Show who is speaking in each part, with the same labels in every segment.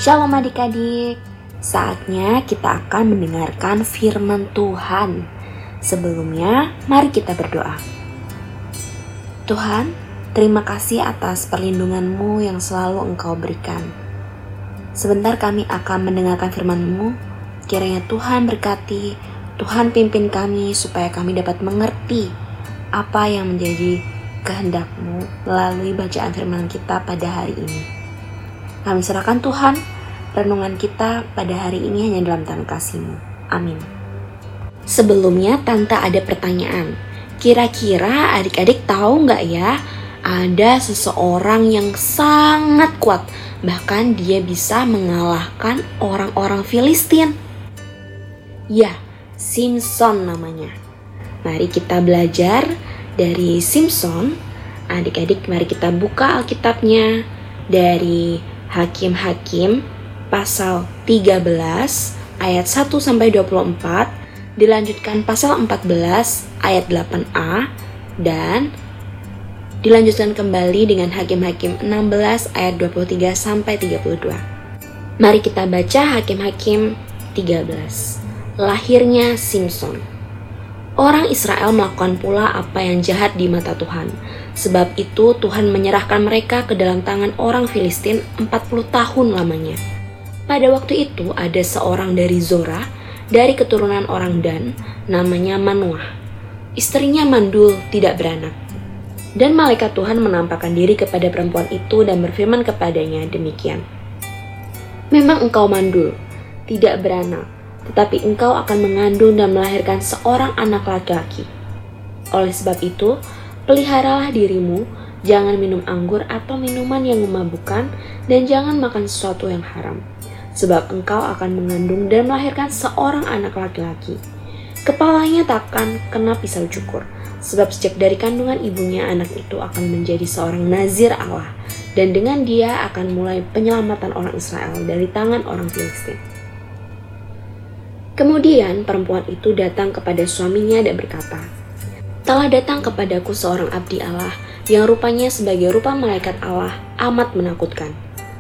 Speaker 1: Shalom adik-adik, saatnya kita akan mendengarkan firman Tuhan. Sebelumnya, mari kita berdoa. Tuhan, terima kasih atas perlindungan-Mu yang selalu Engkau berikan. Sebentar kami akan mendengarkan firman-Mu, kiranya Tuhan berkati, Tuhan pimpin kami supaya kami dapat mengerti apa yang menjadi kehendak-Mu melalui bacaan firman kita pada hari ini. Kami serahkan Tuhan, renungan kita pada hari ini hanya dalam tangan kasih-Mu. Amin. Sebelumnya Tante ada pertanyaan. Kira-kira adik-adik tahu nggak ya, ada seseorang yang sangat kuat, bahkan dia bisa mengalahkan orang-orang Filistin. Ya, Simson namanya. Mari kita belajar dari Simson. Adik-adik mari kita buka Alkitabnya dari Hakim-Hakim pasal 13 ayat 1-24, dilanjutkan pasal 14 ayat 8a, dan dilanjutkan kembali dengan Hakim-Hakim 16 ayat 23-32. Mari kita baca Hakim-Hakim 13. Lahirnya Simson. Orang Israel melakukan pula apa yang jahat di mata Tuhan. Sebab itu Tuhan menyerahkan mereka ke dalam tangan orang Filistin 40 tahun lamanya. Pada waktu itu ada seorang dari Zorah, dari keturunan orang Dan, namanya Manoah. Istrinya mandul, tidak beranak. Dan malaikat Tuhan menampakkan diri kepada perempuan itu dan berfirman kepadanya demikian. Memang engkau mandul, tidak beranak, tetapi engkau akan mengandung dan melahirkan seorang anak laki-laki. Oleh sebab itu, peliharalah dirimu, jangan minum anggur atau minuman yang memabukkan, dan jangan makan sesuatu yang haram. Sebab engkau akan mengandung dan melahirkan seorang anak laki-laki. Kepalanya takkan kena pisau cukur, sebab sejak dari kandungan ibunya anak itu akan menjadi seorang nazir Allah, dan dengan dia akan mulai penyelamatan orang Israel dari tangan orang Filistin. Kemudian perempuan itu datang kepada suaminya dan berkata, telah datang kepadaku seorang abdi Allah yang rupanya sebagai rupa malaikat Allah amat menakutkan.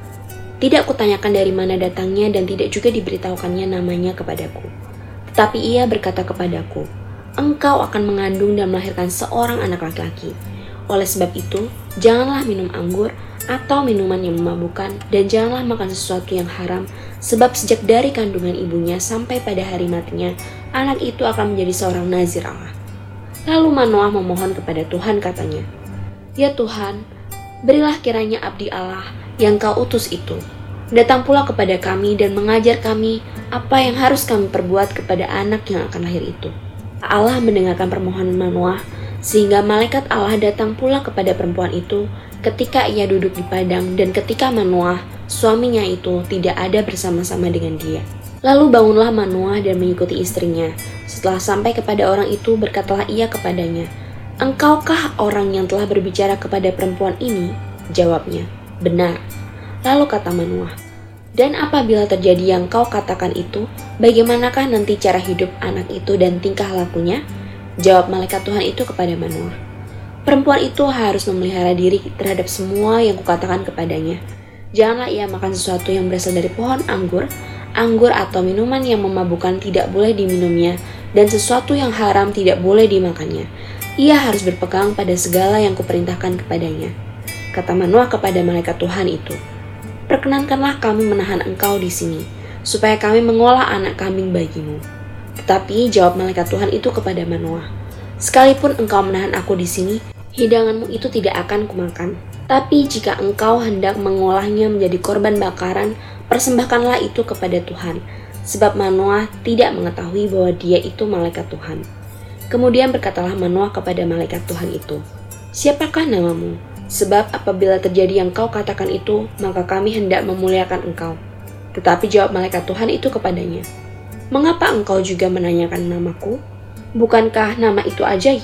Speaker 1: Tidak kutanyakan dari mana datangnya dan tidak juga diberitahukannya namanya kepadaku. Tetapi ia berkata kepadaku, engkau akan mengandung dan melahirkan seorang anak laki-laki. Oleh sebab itu, janganlah minum anggur atau minuman yang memabukkan, dan janganlah makan sesuatu yang haram, sebab sejak dari kandungan ibunya sampai pada hari matinya, anak itu akan menjadi seorang nazir Allah. Lalu Manoah memohon kepada Tuhan katanya, ya Tuhan, berilah kiranya abdi Allah yang kau utus itu datang pula kepada kami dan mengajar kami apa yang harus kami perbuat kepada anak yang akan lahir itu. Allah mendengarkan permohonan Manoah, sehingga malaikat Allah datang pula kepada perempuan itu ketika ia duduk di padang dan ketika Manoah, suaminya itu tidak ada bersama-sama dengan dia. Lalu bangunlah Manoah dan mengikuti istrinya. Setelah sampai kepada orang itu, berkatalah ia kepadanya, engkaukah orang yang telah berbicara kepada perempuan ini? Jawabnya, benar. Lalu kata Manoah, dan apabila terjadi yang kau katakan itu, bagaimanakah nanti cara hidup anak itu dan tingkah lakunya? Jawab malaikat Tuhan itu kepada Manoah, perempuan itu harus memelihara diri terhadap semua yang kukatakan kepadanya. Janganlah ia makan sesuatu yang berasal dari pohon anggur atau minuman yang memabukkan tidak boleh diminumnya, dan sesuatu yang haram tidak boleh dimakannya. Ia harus berpegang pada segala yang kuperintahkan kepadanya. Kata Manoah kepada malaikat Tuhan itu, perkenankanlah kami menahan engkau di sini, supaya kami mengolah anak kambing bagimu. Tetapi jawab malaikat Tuhan itu kepada Manoah, sekalipun engkau menahan aku di sini, hidanganmu itu tidak akan kumakan. Tapi jika engkau hendak mengolahnya menjadi korban bakaran, persembahkanlah itu kepada Tuhan. Sebab Manoah tidak mengetahui bahwa dia itu malaikat Tuhan. Kemudian berkatalah Manoah kepada malaikat Tuhan itu, siapakah namamu? Sebab apabila terjadi yang kau katakan itu, maka kami hendak memuliakan engkau. Tetapi jawab malaikat Tuhan itu kepadanya, mengapa engkau juga menanyakan namaku? Bukankah nama itu ajaib?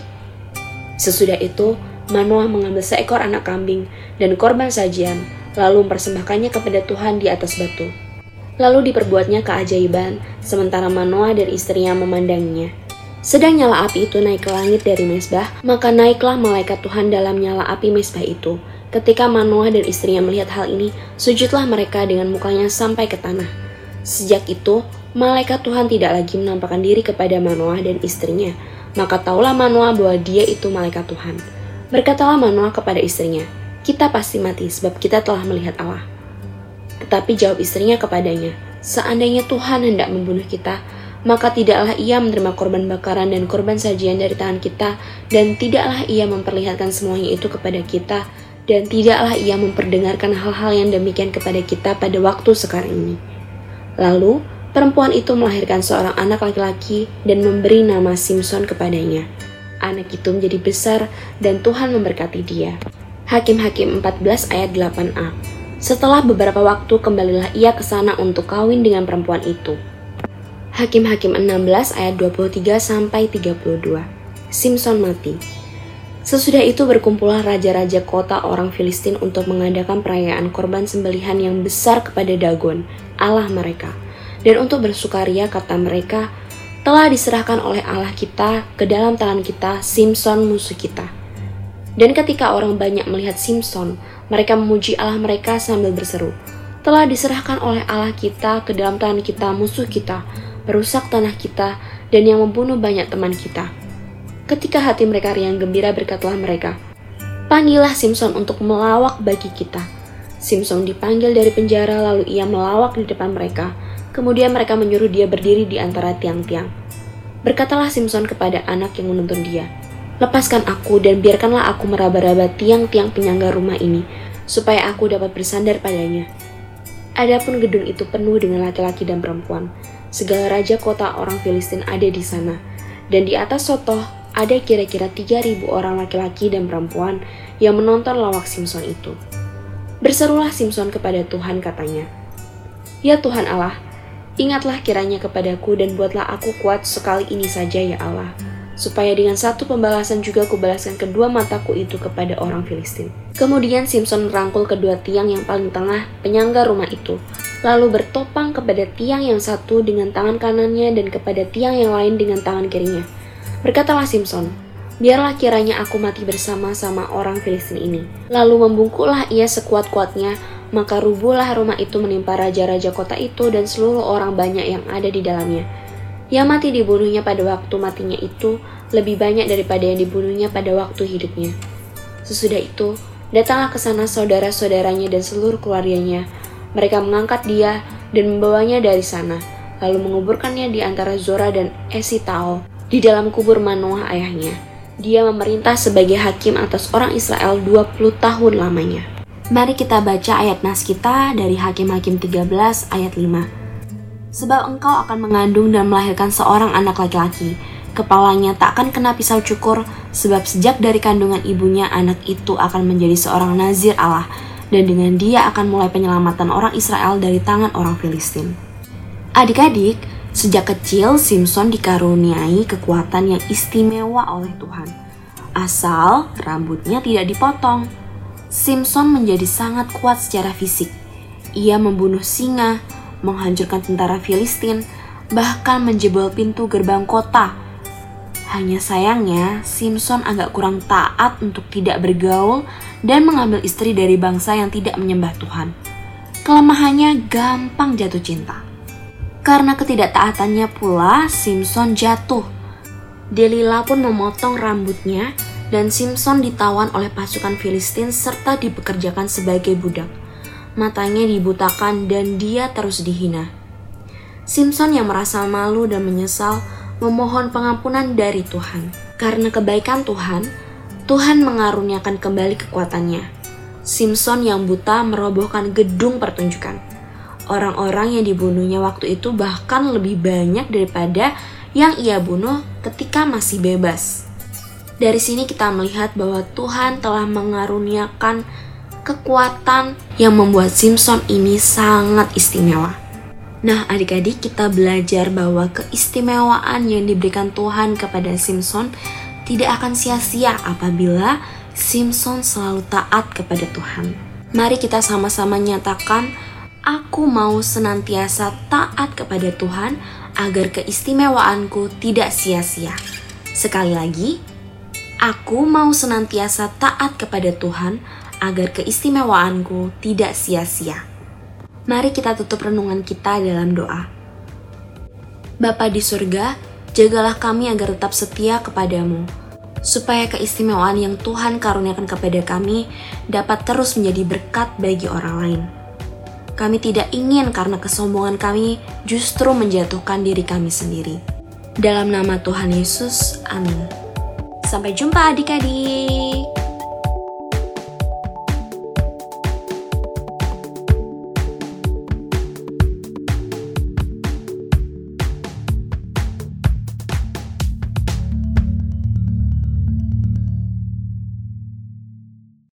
Speaker 1: Sesudah itu, Manoah mengambil seekor anak kambing dan korban sajian, lalu mempersembahkannya kepada Tuhan di atas batu. Lalu diperbuatnya keajaiban, sementara Manoah dan istrinya memandanginya. Sedang nyala api itu naik ke langit dari mezbah, maka naiklah malaikat Tuhan dalam nyala api mezbah itu, Ketika Manoah dan istrinya melihat hal ini, sujudlah mereka dengan mukanya sampai ke tanah. Sejak itu, malaikat Tuhan tidak lagi menampakkan diri kepada Manoah dan istrinya. Maka taulah Manoah bahwa dia itu malaikat Tuhan. Berkatalah Manoah kepada istrinya, "Kita pasti mati sebab kita telah melihat Allah." Tetapi jawab istrinya kepadanya, "Seandainya Tuhan hendak membunuh kita, maka tidaklah ia menerima korban bakaran dan korban sajian dari tangan kita, dan tidaklah ia memperlihatkan semuanya itu kepada kita, dan tidaklah ia memperdengarkan hal-hal yang demikian kepada kita pada waktu sekarang ini." Lalu, perempuan itu melahirkan seorang anak laki-laki dan memberi nama Simson kepadanya. Anak itu menjadi besar dan Tuhan memberkati dia. Hakim-Hakim 14 ayat 8a. Setelah beberapa waktu kembalilah ia ke sana untuk kawin dengan perempuan itu. Hakim-Hakim 16 ayat 23-32. Simson mati. Sesudah itu berkumpullah raja-raja kota orang Filistin untuk mengadakan perayaan korban sembelihan yang besar kepada Dagon, Allah mereka. Dan untuk bersukaria kata mereka, "Telah diserahkan oleh Allah kita ke dalam tangan kita Simson musuh kita." Dan ketika orang banyak melihat Simson, mereka memuji Allah mereka sambil berseru, "Telah diserahkan oleh Allah kita ke dalam tangan kita musuh kita, merusak tanah kita, dan yang membunuh banyak teman kita." Ketika hati mereka riang gembira, berkatalah mereka, "Panggillah Simson untuk melawak bagi kita." Simson dipanggil dari penjara, lalu ia melawak di depan mereka. Kemudian mereka menyuruh dia berdiri di antara tiang-tiang. Berkatalah Simson kepada anak yang menuntun dia, "Lepaskan aku dan biarkanlah aku meraba-raba tiang-tiang penyangga rumah ini, supaya aku dapat bersandar padanya." Adapun gedung itu penuh dengan laki-laki dan perempuan. Segala raja kota orang Filistin ada di sana. Dan di atas sotoh ada kira-kira 3.000 orang laki-laki dan perempuan yang menonton lawak Simson itu. Berserulah Simson kepada Tuhan, katanya, "Ya Tuhan Allah, ingatlah kiranya kepadaku dan buatlah aku kuat sekali ini saja ya Allah, supaya dengan satu pembalasan juga kubalaskan kedua mataku itu kepada orang Filistin." Kemudian Simson merangkul kedua tiang yang paling tengah penyangga rumah itu, lalu bertopang kepada tiang yang satu dengan tangan kanannya dan kepada tiang yang lain dengan tangan kirinya. Berkatalah Simson, "Biarlah kiranya aku mati bersama-sama orang Filistin ini." Lalu membungkuklah ia sekuat-kuatnya, maka rubuhlah rumah itu menimpa raja-raja kota itu dan seluruh orang banyak yang ada di dalamnya. Yang mati dibunuhnya pada waktu matinya itu lebih banyak daripada yang dibunuhnya pada waktu hidupnya. Sesudah itu, datanglah ke sana saudara-saudaranya dan seluruh keluarganya. Mereka mengangkat dia dan membawanya dari sana, lalu menguburkannya di antara Zora dan Esitaol, di dalam kubur Manoah ayahnya. Dia memerintah sebagai hakim atas orang Israel 20 tahun lamanya. Mari kita baca ayat nas kita dari Hakim-Hakim 13 ayat 5. "Sebab engkau akan mengandung dan melahirkan seorang anak laki-laki. Kepalanya tak akan kena pisau cukur, sebab sejak dari kandungan ibunya anak itu akan menjadi seorang nazir Allah, dan dengan dia akan mulai penyelamatan orang Israel dari tangan orang Filistin." Adik-adik, sejak kecil Simson dikaruniai kekuatan yang istimewa oleh Tuhan. Asal rambutnya tidak dipotong. Simson menjadi sangat kuat secara fisik. Ia membunuh singa, menghancurkan tentara Filistin, bahkan menjebol pintu gerbang kota. Hanya sayangnya, Simson agak kurang taat untuk tidak bergaul dan mengambil istri dari bangsa yang tidak menyembah Tuhan. Kelemahannya gampang jatuh cinta. Karena ketidaktaatannya pula, Simson jatuh. Delila pun memotong rambutnya dan Simson ditawan oleh pasukan Filistin serta dipekerjakan sebagai budak. Matanya dibutakan dan dia terus dihina. Simson yang merasa malu dan menyesal memohon pengampunan dari Tuhan. Karena kebaikan Tuhan, Tuhan mengaruniakan kembali kekuatannya. Simson yang buta merobohkan gedung pertunjukan. Orang-orang yang dibunuhnya waktu itu bahkan lebih banyak daripada yang ia bunuh ketika masih bebas. Dari sini kita melihat bahwa Tuhan telah mengaruniakan kekuatan yang membuat Simson ini sangat istimewa. Nah, adik-adik, kita belajar bahwa keistimewaan yang diberikan Tuhan kepada Simson tidak akan sia-sia apabila Simson selalu taat kepada Tuhan. Mari kita sama-sama nyatakan, "Aku mau senantiasa taat kepada Tuhan agar keistimewaanku tidak sia-sia." Sekali lagi, aku mau senantiasa taat kepada Tuhan agar keistimewaanku tidak sia-sia. Mari kita tutup renungan kita dalam doa. Bapa di surga, jagalah kami agar tetap setia kepadamu, supaya keistimewaan yang Tuhan karuniakan kepada kami dapat terus menjadi berkat bagi orang lain. Kami tidak ingin karena kesombongan kami justru menjatuhkan diri kami sendiri. Dalam nama Tuhan Yesus, amin. Sampai jumpa adik-adik.